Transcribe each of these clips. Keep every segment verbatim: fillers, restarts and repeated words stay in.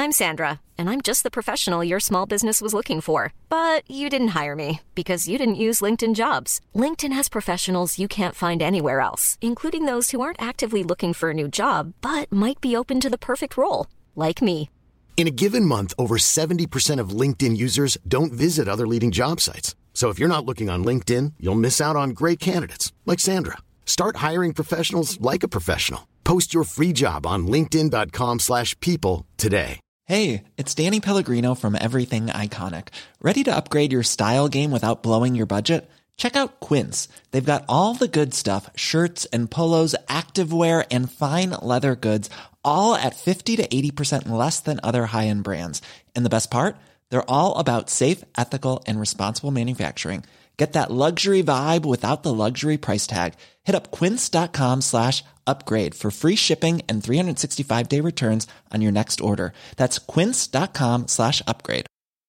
I'm Sandra, and I'm just the professional your small business was looking for. But you didn't hire me because you didn't use LinkedIn Jobs. LinkedIn has professionals you can't find anywhere else, including those who aren't actively looking for a new job, but might be open to the perfect role, like me. In a given month, over seventy percent of LinkedIn users don't visit other leading job sites. So if you're not looking on LinkedIn, you'll miss out on great candidates like Sandra. Start hiring professionals like a professional. Post your free job on linkedin.com slash people today. Hey, it's Danny Pellegrino from Everything Iconic. Ready to upgrade your style game without blowing your budget? Check out Quince. They've got all the good stuff, shirts and polos, activewear, and fine leather goods, all at fifty to eighty percent less than other high-end brands. And the best part? They're all about safe, ethical, and responsible manufacturing. Get that luxury vibe without the luxury price tag. Hit up quince.com slash upgrade for free shipping and three sixty-five day returns on your next order. That's quince.com slash upgrade.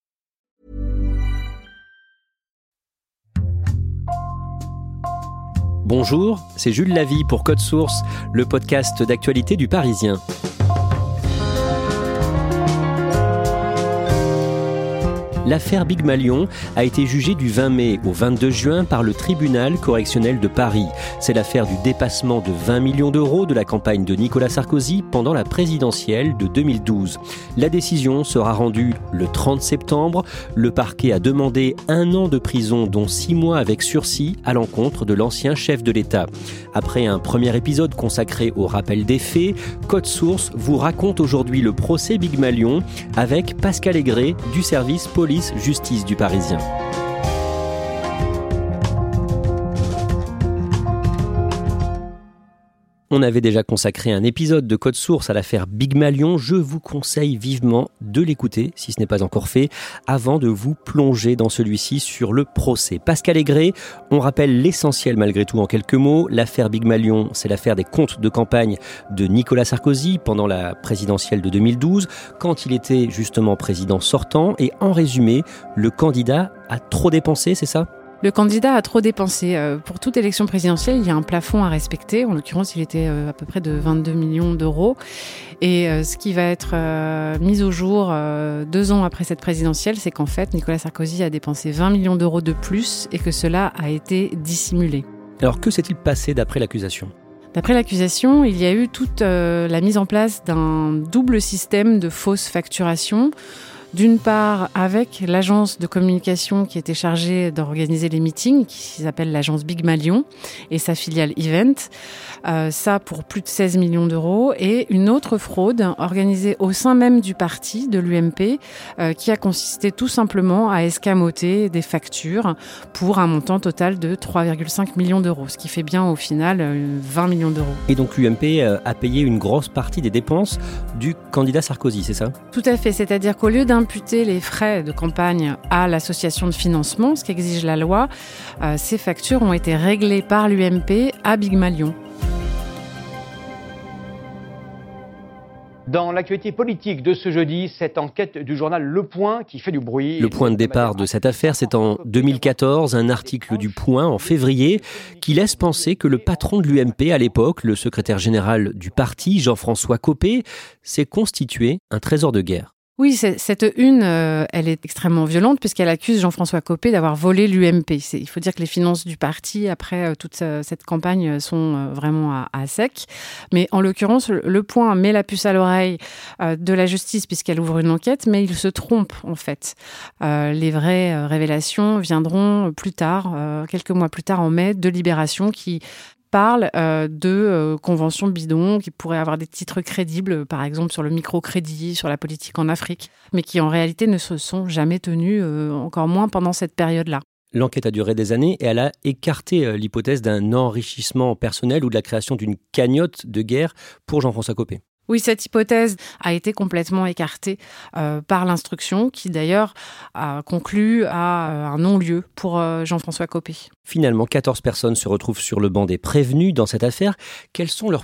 Bonjour, c'est Jules Lavie pour Code Source, le podcast d'actualité du Parisien. L'affaire Big Malion a été jugée du vingt mai au vingt-deux juin par le tribunal correctionnel de Paris. C'est l'affaire du dépassement de vingt millions d'euros de la campagne de Nicolas Sarkozy pendant la présidentielle de deux mille douze. La décision sera rendue le trente septembre. Le parquet a demandé un an de prison, dont six mois avec sursis, à l'encontre de l'ancien chef de l'État. Après un premier épisode consacré au rappel des faits, Code Source vous raconte aujourd'hui le procès Big Malion avec Pascal Aigret du service police Justice du Parisien. On avait déjà consacré un épisode de Code Source à l'affaire Big Malion. Je vous conseille vivement de l'écouter, si ce n'est pas encore fait, avant de vous plonger dans celui-ci sur le procès. Pascal Aigret, on rappelle l'essentiel malgré tout en quelques mots. L'affaire Big Malion, c'est l'affaire des comptes de campagne de Nicolas Sarkozy pendant la présidentielle de deux mille douze, quand il était justement président sortant. Et en résumé, le candidat a trop dépensé, c'est ça ? Le candidat a trop dépensé. Pour toute élection présidentielle, il y a un plafond à respecter. En l'occurrence, il était à peu près de vingt-deux millions d'euros. Et ce qui va être mis au jour deux ans après cette présidentielle, c'est qu'en fait, Nicolas Sarkozy a dépensé vingt millions d'euros de plus et que cela a été dissimulé. Alors, que s'est-il passé d'après l'accusation ? D'après l'accusation, il y a eu toute la mise en place d'un double système de fausse facturation. D'une part, avec l'agence de communication qui était chargée d'organiser les meetings, qui s'appelle l'agence Big Malion, et sa filiale Event, euh, ça pour plus de seize millions d'euros, et une autre fraude organisée au sein même du parti, de l'U M P, euh, qui a consisté tout simplement à escamoter des factures pour un montant total de trois virgule cinq millions d'euros, ce qui fait bien au final euh, vingt millions d'euros. Et donc l'U M P euh, a payé une grosse partie des dépenses du candidat Sarkozy, c'est ça ? Tout à fait, c'est-à-dire qu'au lieu d'un imputer les frais de campagne à l'association de financement, ce qu'exige la loi, euh, ces factures ont été réglées par l'U M P à Big Malion. Dans l'actualité politique de ce jeudi, cette enquête du journal Le Point qui fait du bruit. Le point de départ de cette affaire, c'est en deux mille quatorze, un article du Point en février qui laisse penser que le patron de l'U M P à l'époque, le secrétaire général du parti, Jean-François Copé, s'est constitué un trésor de guerre. Oui, cette une, euh, elle est extrêmement violente puisqu'elle accuse Jean-François Copé d'avoir volé l'U M P. C'est, il faut dire que les finances du parti, après euh, toute euh, cette campagne, sont euh, vraiment à, à sec. Mais en l'occurrence, le, le Point met la puce à l'oreille euh, de la justice puisqu'elle ouvre une enquête, mais il se trompe en fait. Euh, les vraies euh, révélations viendront plus tard, euh, quelques mois plus tard en mai, de Libération qui parle euh, de euh, conventions bidons qui pourraient avoir des titres crédibles, par exemple sur le microcrédit, sur la politique en Afrique, mais qui en réalité ne se sont jamais tenus, euh, encore moins pendant cette période-là. L'enquête a duré des années et elle a écarté euh, l'hypothèse d'un enrichissement personnel ou de la création d'une cagnotte de guerre pour Jean-François Copé. Oui, cette hypothèse a été complètement écartée euh, par l'instruction qui d'ailleurs a conclu à euh, un non-lieu pour euh, Jean-François Copé. Finalement, quatorze personnes se retrouvent sur le banc des prévenus dans cette affaire. Quels sont leurs profils ?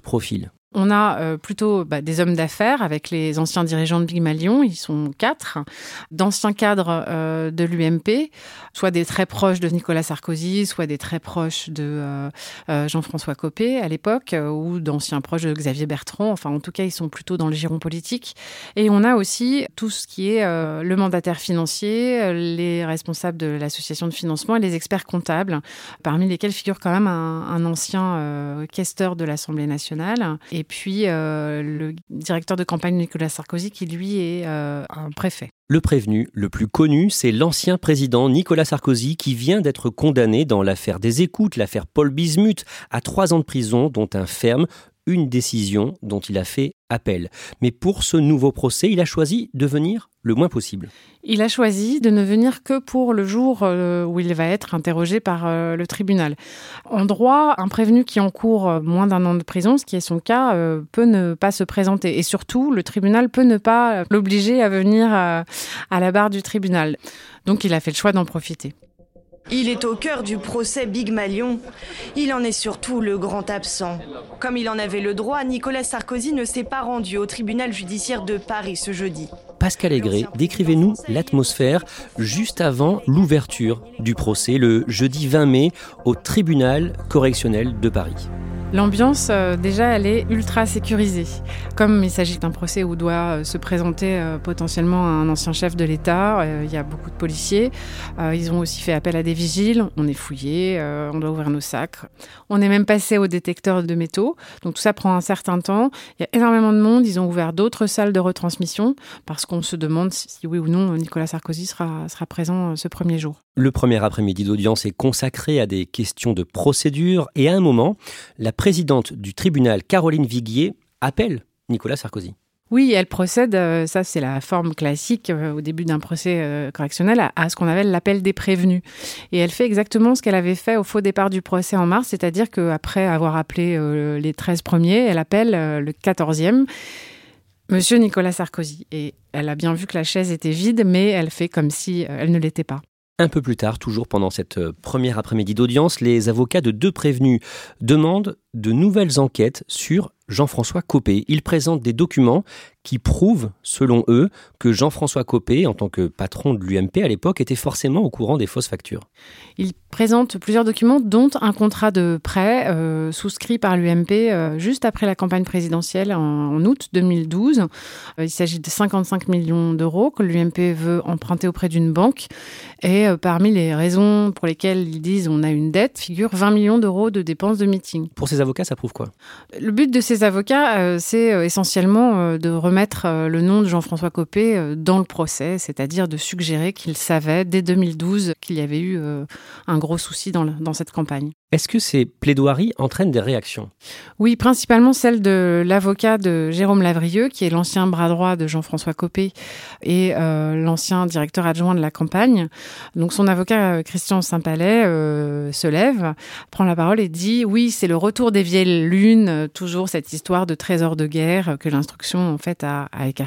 On a euh, plutôt bah, des hommes d'affaires avec les anciens dirigeants de Pygmalion, ils sont quatre, d'anciens cadres euh, de l'U M P, soit des très proches de Nicolas Sarkozy, soit des très proches de euh, euh, Jean-François Copé à l'époque, euh, ou d'anciens proches de Xavier Bertrand. Enfin, en tout cas, ils sont plutôt dans le giron politique. Et on a aussi tout ce qui est euh, le mandataire financier, les responsables de l'association de financement et les experts comptables, parmi lesquels figure quand même un, un ancien euh, questeur de l'Assemblée nationale. Et Et puis euh, le directeur de campagne Nicolas Sarkozy, qui lui est euh, un préfet. Le prévenu le plus connu, c'est l'ancien président Nicolas Sarkozy qui vient d'être condamné dans l'affaire des écoutes, l'affaire Paul Bismuth, à trois ans de prison, dont un ferme, une décision dont il a fait appel. Mais pour ce nouveau procès, il a choisi de venir le moins possible. Il a choisi de ne venir que pour le jour où il va être interrogé par le tribunal. En droit, un prévenu qui encourt moins d'un an de prison, ce qui est son cas, peut ne pas se présenter. Et surtout, le tribunal peut ne pas l'obliger à venir à la barre du tribunal. Donc il a fait le choix d'en profiter. Il est au cœur du procès Pygmalion. Il en est surtout le grand absent. Comme il en avait le droit, Nicolas Sarkozy ne s'est pas rendu au tribunal judiciaire de Paris ce jeudi. Pascal Aigret, décrivez-nous l'atmosphère juste avant l'ouverture du procès, le jeudi vingt mai, au tribunal correctionnel de Paris. L'ambiance, euh, déjà, elle est ultra sécurisée. Comme il s'agit d'un procès où doit euh, se présenter euh, potentiellement un ancien chef de l'État, euh, il y a beaucoup de policiers. Euh, ils ont aussi fait appel à des vigiles. On est fouillé, euh, on doit ouvrir nos sacs. On est même passé au détecteur de métaux. Donc tout ça prend un certain temps. Il y a énormément de monde. Ils ont ouvert d'autres salles de retransmission parce qu'on se demande si, si oui ou non Nicolas Sarkozy sera, sera présent ce premier jour. Le premier après-midi d'audience est consacré à des questions de procédure et à un moment, la présidente du tribunal, Caroline Viguier, appelle Nicolas Sarkozy. Oui, elle procède, ça c'est la forme classique au début d'un procès correctionnel, à, à ce qu'on appelle l'appel des prévenus. Et elle fait exactement ce qu'elle avait fait au faux départ du procès en mars, c'est-à-dire qu'après avoir appelé euh, les treize premiers, elle appelle euh, le quatorzième, Monsieur Nicolas Sarkozy. Et elle a bien vu que la chaise était vide, mais elle fait comme si euh, elle ne l'était pas. Un peu plus tard, toujours pendant cette première après-midi d'audience, les avocats de deux prévenus demandent de nouvelles enquêtes sur Jean-François Copé. Ils présentent des documents qui prouvent, selon eux, que Jean-François Copé, en tant que patron de l'U M P à l'époque, était forcément au courant des fausses factures. Ils présentent plusieurs documents, dont un contrat de prêt euh, souscrit par l'U M P euh, juste après la campagne présidentielle en, en août deux mille douze. Euh, il s'agit de cinquante-cinq millions d'euros que l'U M P veut emprunter auprès d'une banque. Et euh, parmi les raisons pour lesquelles ils disent on a une dette, figurent vingt millions d'euros de dépenses de meeting. Pour ces avocats, ça prouve quoi ? Le but de ces avocats, euh, c'est euh, essentiellement euh, de remettre euh, le nom de Jean-François Copé euh, dans le procès, c'est-à-dire de suggérer qu'il savait dès deux mille douze qu'il y avait eu euh, un gros souci dans, le, dans cette campagne. Est-ce que ces plaidoiries entraînent des réactions ? Oui, principalement celle de l'avocat de Jérôme Lavrieux, qui est l'ancien bras droit de Jean-François Copé et euh, l'ancien directeur adjoint de la campagne. Donc son avocat Christian Saint-Palais euh, se lève, prend la parole et dit « Oui, c'est le retour des vieilles lunes, toujours cette histoire de trésor de guerre que l'instruction en fait a, a écarté. »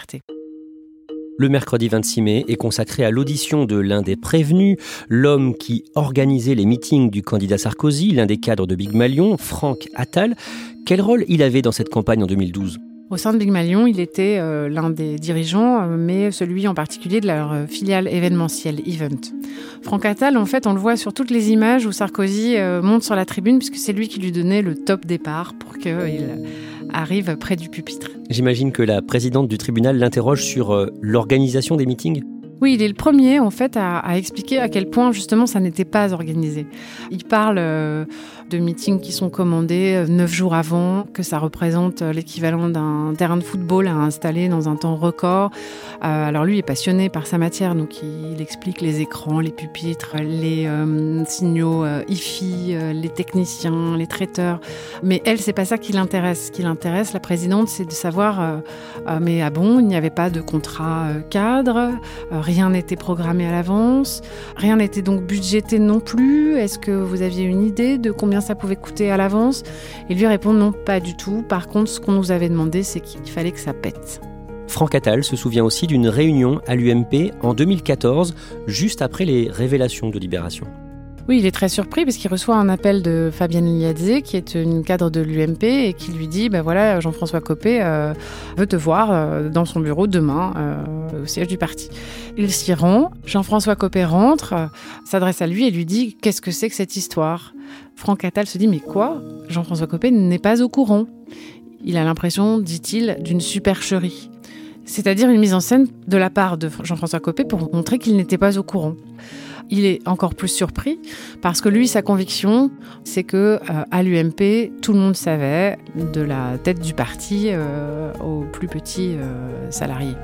Le mercredi vingt-six mai est consacré à l'audition de l'un des prévenus, l'homme qui organisait les meetings du candidat Sarkozy, l'un des cadres de Pygmalion, Franck Attal. Quel rôle il avait dans cette campagne en deux mille douze ? Au sein de Pygmalion, il était euh, l'un des dirigeants, euh, mais celui en particulier de leur euh, filiale événementielle Event. Franck Attal, en fait, on le voit sur toutes les images où Sarkozy euh, monte sur la tribune, puisque c'est lui qui lui donnait le top départ pour qu'il euh, arrive près du pupitre. J'imagine que la présidente du tribunal l'interroge sur euh, l'organisation des meetings ? Oui, il est le premier, en fait, à, à expliquer à quel point, justement, ça n'était pas organisé. Il parle euh, de meetings qui sont commandés neuf jours avant, que ça représente l'équivalent d'un terrain de football à installer dans un temps record. Euh, alors lui est passionné par sa matière, donc il, il explique les écrans, les pupitres, les euh, signaux euh, hi-fi, euh, les techniciens, les traiteurs. Mais elle, c'est pas ça qui l'intéresse. Ce qui l'intéresse, la présidente, c'est de savoir, euh, euh, mais ah bon, il n'y avait pas de contrat euh, cadre, euh, rien n'était programmé à l'avance, rien n'était donc budgété non plus. Est-ce que vous aviez une idée de combien ça pouvait coûter à l'avance ? Et lui répond non, pas du tout. Par contre, ce qu'on nous avait demandé, c'est qu'il fallait que ça pète. Franck Attal se souvient aussi d'une réunion à l'U M P en deux mille quatorze, juste après les révélations de Libération. Oui, il est très surpris parce qu'il reçoit un appel de Fabienne Liadze, qui est une cadre de l'U M P, et qui lui dit ben voilà, Jean-François Copé euh, veut te voir euh, dans son bureau demain, euh, au siège du parti. Il s'y rend, Jean-François Copé rentre, euh, s'adresse à lui et lui dit « Qu'est-ce que c'est que cette histoire ?» Franck Attal se dit « Mais quoi ? Jean-François Copé n'est pas au courant. » Il a l'impression, dit-il, d'une supercherie. C'est-à-dire une mise en scène de la part de Jean-François Copé pour montrer qu'il n'était pas au courant. Il est encore plus surpris parce que lui, sa conviction, c'est que euh, à l'U M P, tout le monde savait, de la tête du parti euh, aux plus petits euh, salariés.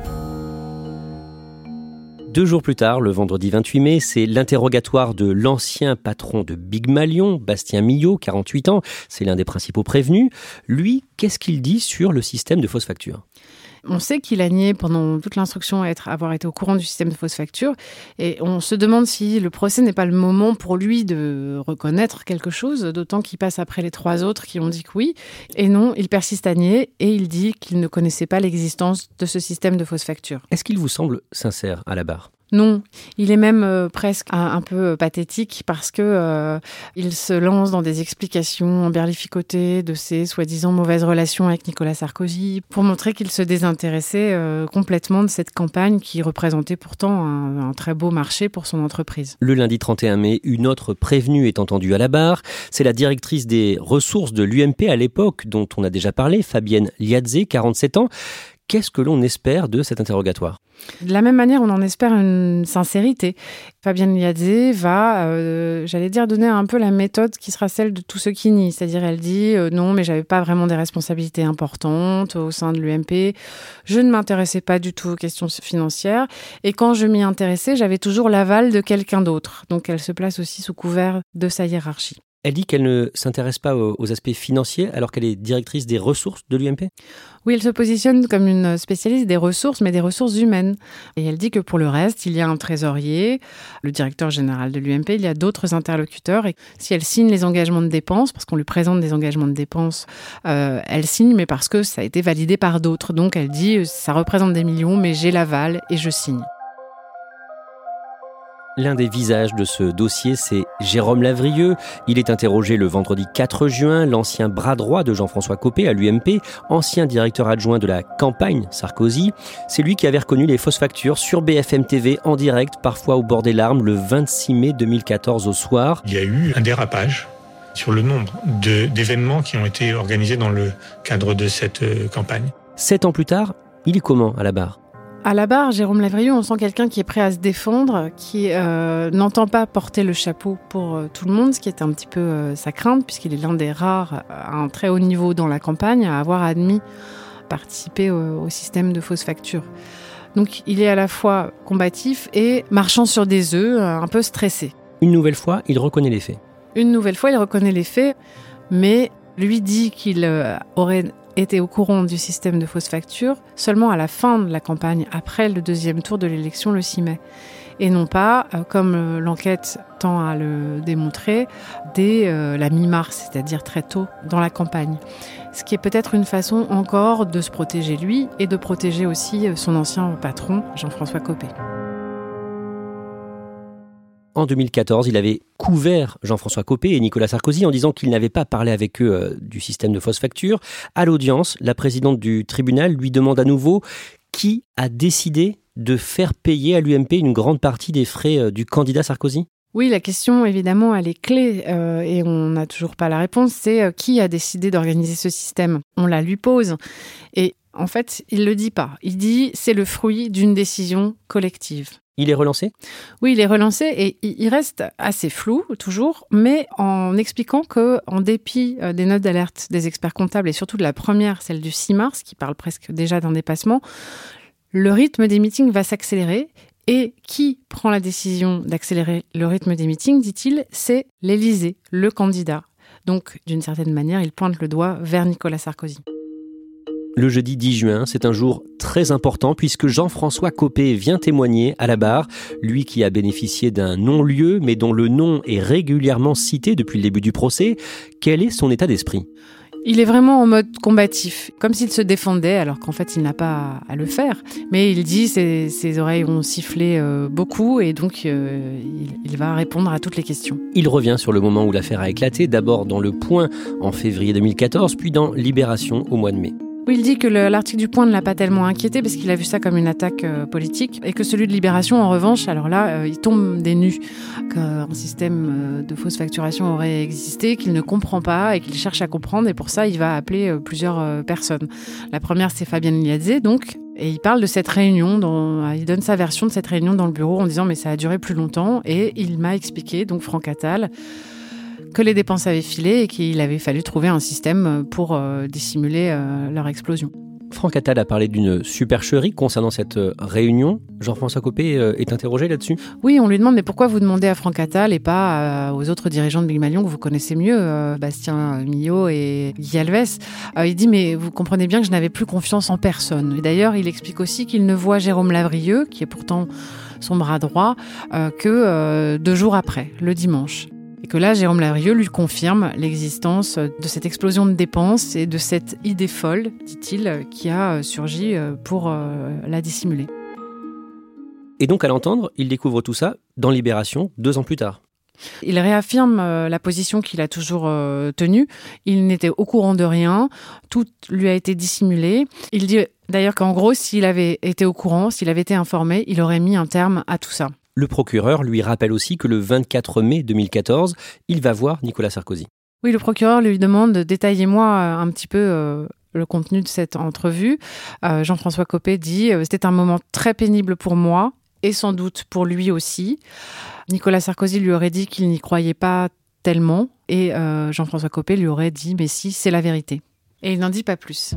Deux jours plus tard, le vendredi vingt-huit mai, c'est l'interrogatoire de l'ancien patron de Big Malion, Bastien Millot, quarante-huit ans. C'est l'un des principaux prévenus. Lui, qu'est-ce qu'il dit sur le système de fausses factures ? On sait qu'il a nié pendant toute l'instruction à être, avoir été au courant du système de fausses factures, et on se demande si le procès n'est pas le moment pour lui de reconnaître quelque chose, d'autant qu'il passe après les trois autres qui ont dit que oui. Et non, il persiste à nier et il dit qu'il ne connaissait pas l'existence de ce système de fausses factures. Est-ce qu'il vous semble sincère à la barre ? Non, il est même euh, presque un, un peu pathétique parce que euh, il se lance dans des explications emberlificotées de ses soi-disant mauvaises relations avec Nicolas Sarkozy pour montrer qu'il se désintéressait euh, complètement de cette campagne qui représentait pourtant un, un très beau marché pour son entreprise. Le lundi trente et un mai, une autre prévenue est entendue à la barre. C'est la directrice des ressources de l'U M P à l'époque, dont on a déjà parlé, Fabienne Liadze, quarante-sept ans. Qu'est-ce que l'on espère de cet interrogatoire ? De la même manière, on en espère une sincérité. Fabienne Liadze va, euh, j'allais dire, donner un peu la méthode qui sera celle de tous ceux qui nient. C'est-à-dire, elle dit euh, « Non, mais j'avais pas vraiment des responsabilités importantes au sein de l'U M P. Je ne m'intéressais pas du tout aux questions financières. Et quand je m'y intéressais, j'avais toujours l'aval de quelqu'un d'autre. » Donc, elle se place aussi sous couvert de sa hiérarchie. Elle dit qu'elle ne s'intéresse pas aux aspects financiers alors qu'elle est directrice des ressources de l'U M P ? Oui, elle se positionne comme une spécialiste des ressources, mais des ressources humaines. Et elle dit que pour le reste, il y a un trésorier, le directeur général de l'U M P, il y a d'autres interlocuteurs. Et si elle signe les engagements de dépenses, parce qu'on lui présente des engagements de dépenses, euh, elle signe, mais parce que ça a été validé par d'autres. Donc elle dit, ça représente des millions, mais j'ai l'aval et je signe. L'un des visages de ce dossier, c'est Jérôme Lavrieux. Il est interrogé le vendredi quatre juin, l'ancien bras droit de Jean-François Copé à l'U M P, ancien directeur adjoint de la campagne Sarkozy. C'est lui qui avait reconnu les fausses factures sur B F M T V en direct, parfois au bord des larmes, le vingt-six mai deux mille quatorze au soir. Il y a eu un dérapage sur le nombre de, d'événements qui ont été organisés dans le cadre de cette euh, campagne. Sept ans plus tard, il est comment à la barre ? À la barre, Jérôme Lavrieux, on sent quelqu'un qui est prêt à se défendre, qui euh, n'entend pas porter le chapeau pour euh, tout le monde, ce qui est un petit peu euh, sa crainte, puisqu'il est l'un des rares à un très haut niveau dans la campagne à avoir admis participer au, au système de fausses factures. Donc il est à la fois combatif et marchant sur des œufs, un peu stressé. Une nouvelle fois, il reconnaît les faits. Une nouvelle fois, il reconnaît les faits, mais lui dit qu'il euh, aurait était au courant du système de fausses factures seulement à la fin de la campagne, après le deuxième tour de l'élection le six mai. Et non pas, euh, comme euh, l'enquête tend à le démontrer, dès euh, la mi-mars, c'est-à-dire très tôt dans la campagne. Ce qui est peut-être une façon encore de se protéger lui et de protéger aussi son ancien patron, Jean-François Copé. En deux mille quatorze, il avait couvert Jean-François Copé et Nicolas Sarkozy en disant qu'il n'avait pas parlé avec eux euh, du système de fausses factures. À l'audience, la présidente du tribunal lui demande à nouveau qui a décidé de faire payer à l'U M P une grande partie des frais euh, du candidat Sarkozy. Oui, la question, évidemment, elle est clé euh, et on n'a toujours pas la réponse. C'est euh, qui a décidé d'organiser ce système ? On la lui pose. Et en fait, il ne le dit pas. Il dit c'est le fruit d'une décision collective. Il est relancé ? Oui, il est relancé et il reste assez flou, toujours, mais en expliquant qu'en dépit des notes d'alerte des experts comptables et surtout de la première, celle du six mars, qui parle presque déjà d'un dépassement, le rythme des meetings va s'accélérer. Et qui prend la décision d'accélérer le rythme des meetings, dit-il, c'est l'Élysée, le candidat. Donc, d'une certaine manière, il pointe le doigt vers Nicolas Sarkozy. Le jeudi dix juin, c'est un jour très important puisque Jean-François Copé vient témoigner à la barre, lui qui a bénéficié d'un non-lieu mais dont le nom est régulièrement cité depuis le début du procès. Quel est son état d'esprit ? Il est vraiment en mode combatif, comme s'il se défendait, alors qu'en fait, il n'a pas à le faire. Mais il dit ses, ses oreilles ont sifflé euh, beaucoup et donc euh, il, il va répondre à toutes les questions. Il revient sur le moment où l'affaire a éclaté, d'abord dans Le Point en février deux mille quatorze, puis dans Libération au mois de mai. Oui, il dit que le, l'article du Point ne l'a pas tellement inquiété parce qu'il a vu ça comme une attaque euh, politique et que celui de Libération, en revanche, alors là, euh, il tombe des nues, qu'un système euh, de fausse facturation aurait existé, qu'il ne comprend pas et qu'il cherche à comprendre et pour ça, il va appeler euh, plusieurs euh, personnes. La première, c'est Fabienne Liadze, donc, et il parle de cette réunion, dans, il donne sa version de cette réunion dans le bureau en disant « mais ça a duré plus longtemps » et il m'a expliqué, donc Franck Attal, que les dépenses avaient filé et qu'il avait fallu trouver un système pour euh, dissimuler euh, leur explosion. Franck Attal a parlé d'une supercherie concernant cette réunion. Jean-François Copé est interrogé là-dessus. Oui, on lui demande mais pourquoi vous demandez à Franck Attal et pas euh, aux autres dirigeants de Big Malion que vous connaissez mieux, euh, Bastien Millot et Guy Alves. Euh, il dit mais vous comprenez bien que je n'avais plus confiance en personne. Et d'ailleurs, il explique aussi qu'il ne voit Jérôme Lavrieux, qui est pourtant son bras droit, euh, que euh, deux jours après, le dimanche. Et que là, Jérôme Lavrieux lui confirme l'existence de cette explosion de dépenses et de cette idée folle, dit-il, qui a surgi pour la dissimuler. Et donc, à l'entendre, il découvre tout ça dans Libération, deux ans plus tard. Il réaffirme la position qu'il a toujours tenue. Il n'était au courant de rien. Tout lui a été dissimulé. Il dit d'ailleurs qu'en gros, s'il avait été au courant, s'il avait été informé, il aurait mis un terme à tout ça. Le procureur lui rappelle aussi que le vingt-quatre mai deux mille quatorze, il va voir Nicolas Sarkozy. Oui, le procureur lui demande « Détaillez-moi un petit peu euh, le contenu de cette entrevue euh, ». Jean-François Copé dit « C'était un moment très pénible pour moi et sans doute pour lui aussi ». Nicolas Sarkozy lui aurait dit qu'il n'y croyait pas tellement et euh, Jean-François Copé lui aurait dit « Mais si, c'est la vérité ». Et il n'en dit pas plus.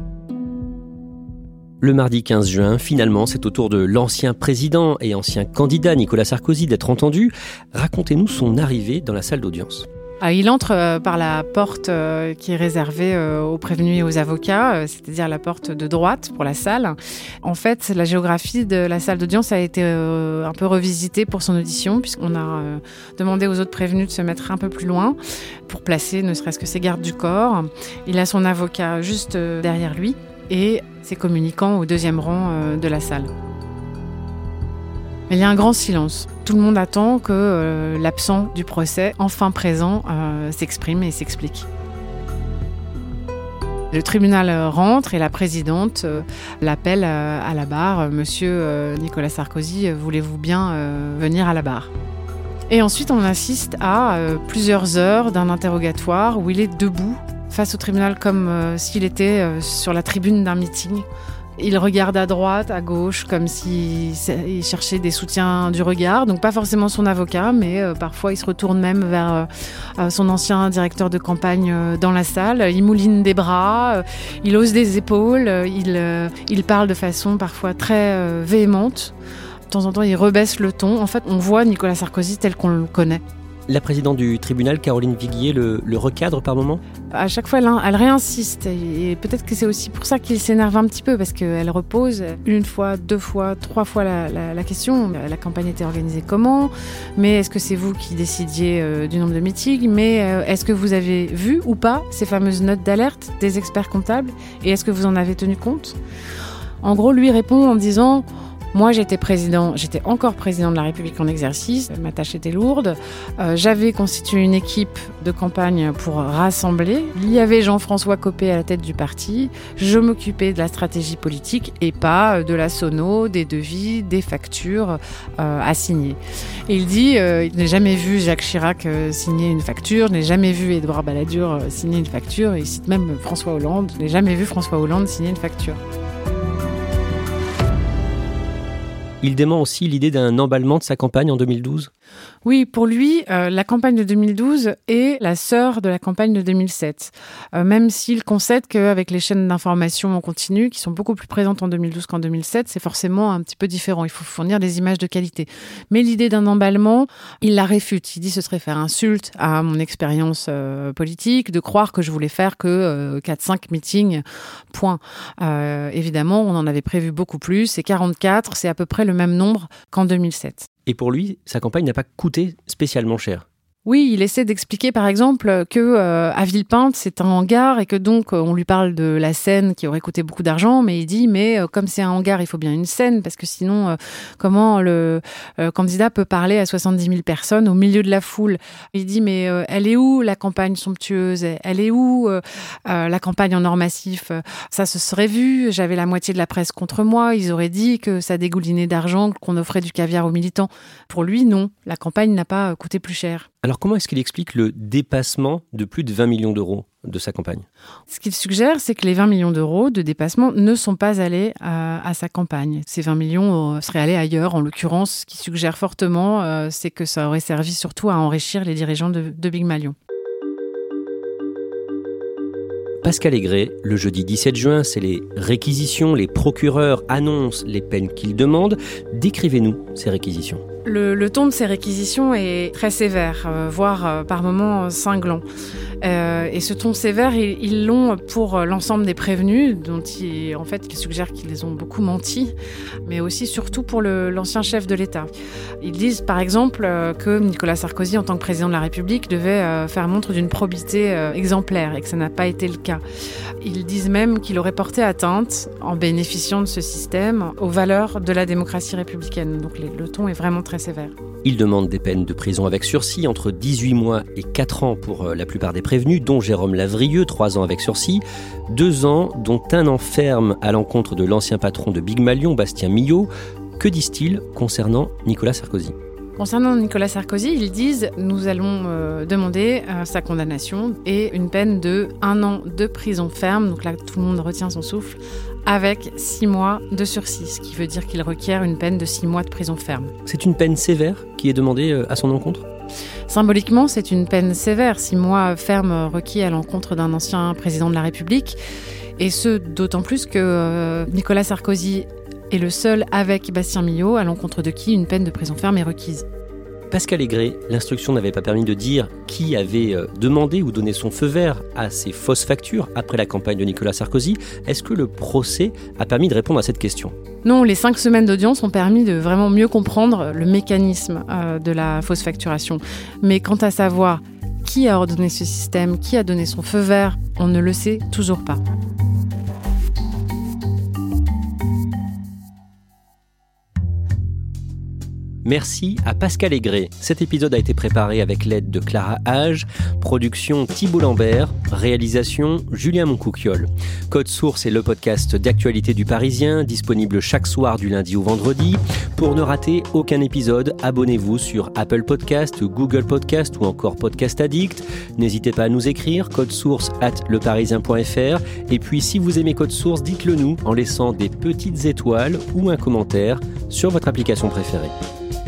Le mardi quinze juin, finalement, c'est au tour de l'ancien président et ancien candidat Nicolas Sarkozy d'être entendu. Racontez-nous son arrivée dans la salle d'audience. Il entre par la porte qui est réservée aux prévenus et aux avocats, c'est-à-dire la porte de droite pour la salle. En fait, la géographie de la salle d'audience a été un peu revisitée pour son audition, puisqu'on a demandé aux autres prévenus de se mettre un peu plus loin pour placer ne serait-ce que ses gardes du corps. Il a son avocat juste derrière lui et ses communicants au deuxième rang de la salle. Il y a un grand silence. Tout le monde attend que euh, l'absent du procès, enfin présent, euh, s'exprime et s'explique. Le tribunal rentre et la présidente euh, l'appelle euh, à la barre. « Monsieur euh, Nicolas Sarkozy, voulez-vous bien euh, venir à la barre ?» Et ensuite, on assiste à euh, plusieurs heures d'un interrogatoire où il est debout face au tribunal comme euh, s'il était euh, sur la tribune d'un meeting. Il regarde à droite, à gauche, comme s'il cherchait des soutiens du regard. Donc pas forcément son avocat, mais euh, parfois il se retourne même vers euh, son ancien directeur de campagne euh, dans la salle. Il mouline des bras, euh, il hausse des épaules, euh, il, euh, il parle de façon parfois très euh, véhémente. De temps en temps, il rebaisse le ton. En fait, on voit Nicolas Sarkozy tel qu'on le connaît. La présidente du tribunal, Caroline Viguier, le, le recadre par moment ? À chaque fois, elle, elle réinsiste. Et peut-être que c'est aussi pour ça qu'il s'énerve un petit peu, parce qu'elle repose une fois, deux fois, trois fois la, la, la question. La campagne était organisée comment ? Mais est-ce que c'est vous qui décidiez euh, du nombre de meetings ? Mais euh, est-ce que vous avez vu ou pas ces fameuses notes d'alerte des experts comptables ? Et est-ce que vous en avez tenu compte ? En gros, lui répond en disant... Moi, j'étais président, j'étais encore président de la République en exercice. Ma tâche était lourde. Euh, j'avais constitué une équipe de campagne pour rassembler. Il y avait Jean-François Copé à la tête du parti. Je m'occupais de la stratégie politique et pas de la sono, des devis, des factures euh, à signer. Et il dit, euh, il n'a jamais vu Jacques Chirac euh, signer une facture, je n'ai jamais vu Édouard Balladur euh, signer une facture. Et il cite même François Hollande, je n'ai jamais vu François Hollande signer une facture. Il dément aussi l'idée d'un emballement de sa campagne en deux mille douze. Oui, pour lui, euh, la campagne de deux mille douze est la sœur de la campagne de deux mille sept. Euh, même s'il concède qu'avec les chaînes d'information en continu, qui sont beaucoup plus présentes en deux mille douze qu'en deux mille sept, c'est forcément un petit peu différent. Il faut fournir des images de qualité. Mais l'idée d'un emballement, il la réfute. Il dit que ce serait faire insulte à mon expérience euh, politique, de croire que je voulais faire que euh, quatre cinq meetings, point. Euh, évidemment, on en avait prévu beaucoup plus. Et quarante-quatre, c'est à peu près le même nombre qu'en deux mille sept. Et pour lui, sa campagne n'a pas coûté spécialement cher. Oui, il essaie d'expliquer par exemple que euh, à Villepinte, c'est un hangar et que donc euh, on lui parle de la scène qui aurait coûté beaucoup d'argent, mais il dit mais euh, comme c'est un hangar, il faut bien une scène parce que sinon euh, comment le euh, candidat peut parler à soixante-dix mille personnes au milieu de la foule. Il dit mais euh, elle est où la campagne somptueuse ? Elle est où euh, euh, la campagne en or massif ? Ça se serait vu, j'avais la moitié de la presse contre moi, ils auraient dit que ça dégoulinait d'argent, qu'on offrait du caviar aux militants. Pour lui, non, la campagne n'a pas coûté plus cher. Alors comment est-ce qu'il explique le dépassement de plus de vingt millions d'euros de sa campagne ? Ce qu'il suggère, c'est que les vingt millions d'euros de dépassement ne sont pas allés à, à sa campagne. Ces vingt millions euh, seraient allés ailleurs. En l'occurrence, ce qu'il suggère fortement, euh, c'est que ça aurait servi surtout à enrichir les dirigeants de, de Big Malion. Pascal Aigret, le jeudi dix-sept juin, c'est les réquisitions. Les procureurs annoncent les peines qu'ils demandent. Décrivez-nous ces réquisitions. Le, le ton de ces réquisitions est très sévère, euh, voire euh, par moments cinglant. Euh, et ce ton sévère, ils, ils l'ont pour l'ensemble des prévenus, dont ils, en fait, ils suggèrent qu'ils ont beaucoup menti, mais aussi surtout pour le, l'ancien chef de l'État. Ils disent par exemple euh, que Nicolas Sarkozy, en tant que président de la République, devait euh, faire montre d'une probité euh, exemplaire et que ça n'a pas été le cas. Ils disent même qu'il aurait porté atteinte, en bénéficiant de ce système, aux valeurs de la démocratie républicaine. Donc les, le ton est vraiment très sévère. Il demande des peines de prison avec sursis, entre dix-huit mois et quatre ans pour la plupart des prévenus, dont Jérôme Lavrieux, trois ans avec sursis, deux ans, dont un an ferme à l'encontre de l'ancien patron de Big Malion, Bastien Millot. Que disent-ils concernant Nicolas Sarkozy ? Concernant Nicolas Sarkozy, ils disent « Nous allons euh, demander euh, sa condamnation et une peine de un an de prison ferme ». Donc là, tout le monde retient son souffle, avec six mois de sursis, ce qui veut dire qu'il requiert une peine de six mois de prison ferme. C'est une peine sévère qui est demandée euh, à son encontre ? Symboliquement, c'est une peine sévère, six mois ferme requis à l'encontre d'un ancien président de la République. Et ce, d'autant plus que euh, Nicolas Sarkozy est le seul avec Bastien Millot, à l'encontre de qui une peine de prison ferme est requise. Pascal Aigret, l'instruction n'avait pas permis de dire qui avait demandé ou donné son feu vert à ces fausses factures après la campagne de Nicolas Sarkozy. Est-ce que le procès a permis de répondre à cette question ? Non, les cinq semaines d'audience ont permis de vraiment mieux comprendre le mécanisme euh, de la fausse facturation. Mais quant à savoir qui a ordonné ce système, qui a donné son feu vert, on ne le sait toujours pas. Merci à Pascal Aigret. Cet épisode a été préparé avec l'aide de Clara Hage, production Thibault Lambert, réalisation Julien Moncouquiol. Code Source est le podcast d'actualité du Parisien, disponible chaque soir du lundi au vendredi. Pour ne rater aucun épisode, abonnez-vous sur Apple Podcast, Google Podcast ou encore Podcast Addict. N'hésitez pas à nous écrire, code source arobase leparisien point fr. Et puis si vous aimez Code Source, dites-le nous en laissant des petites étoiles ou un commentaire sur votre application préférée.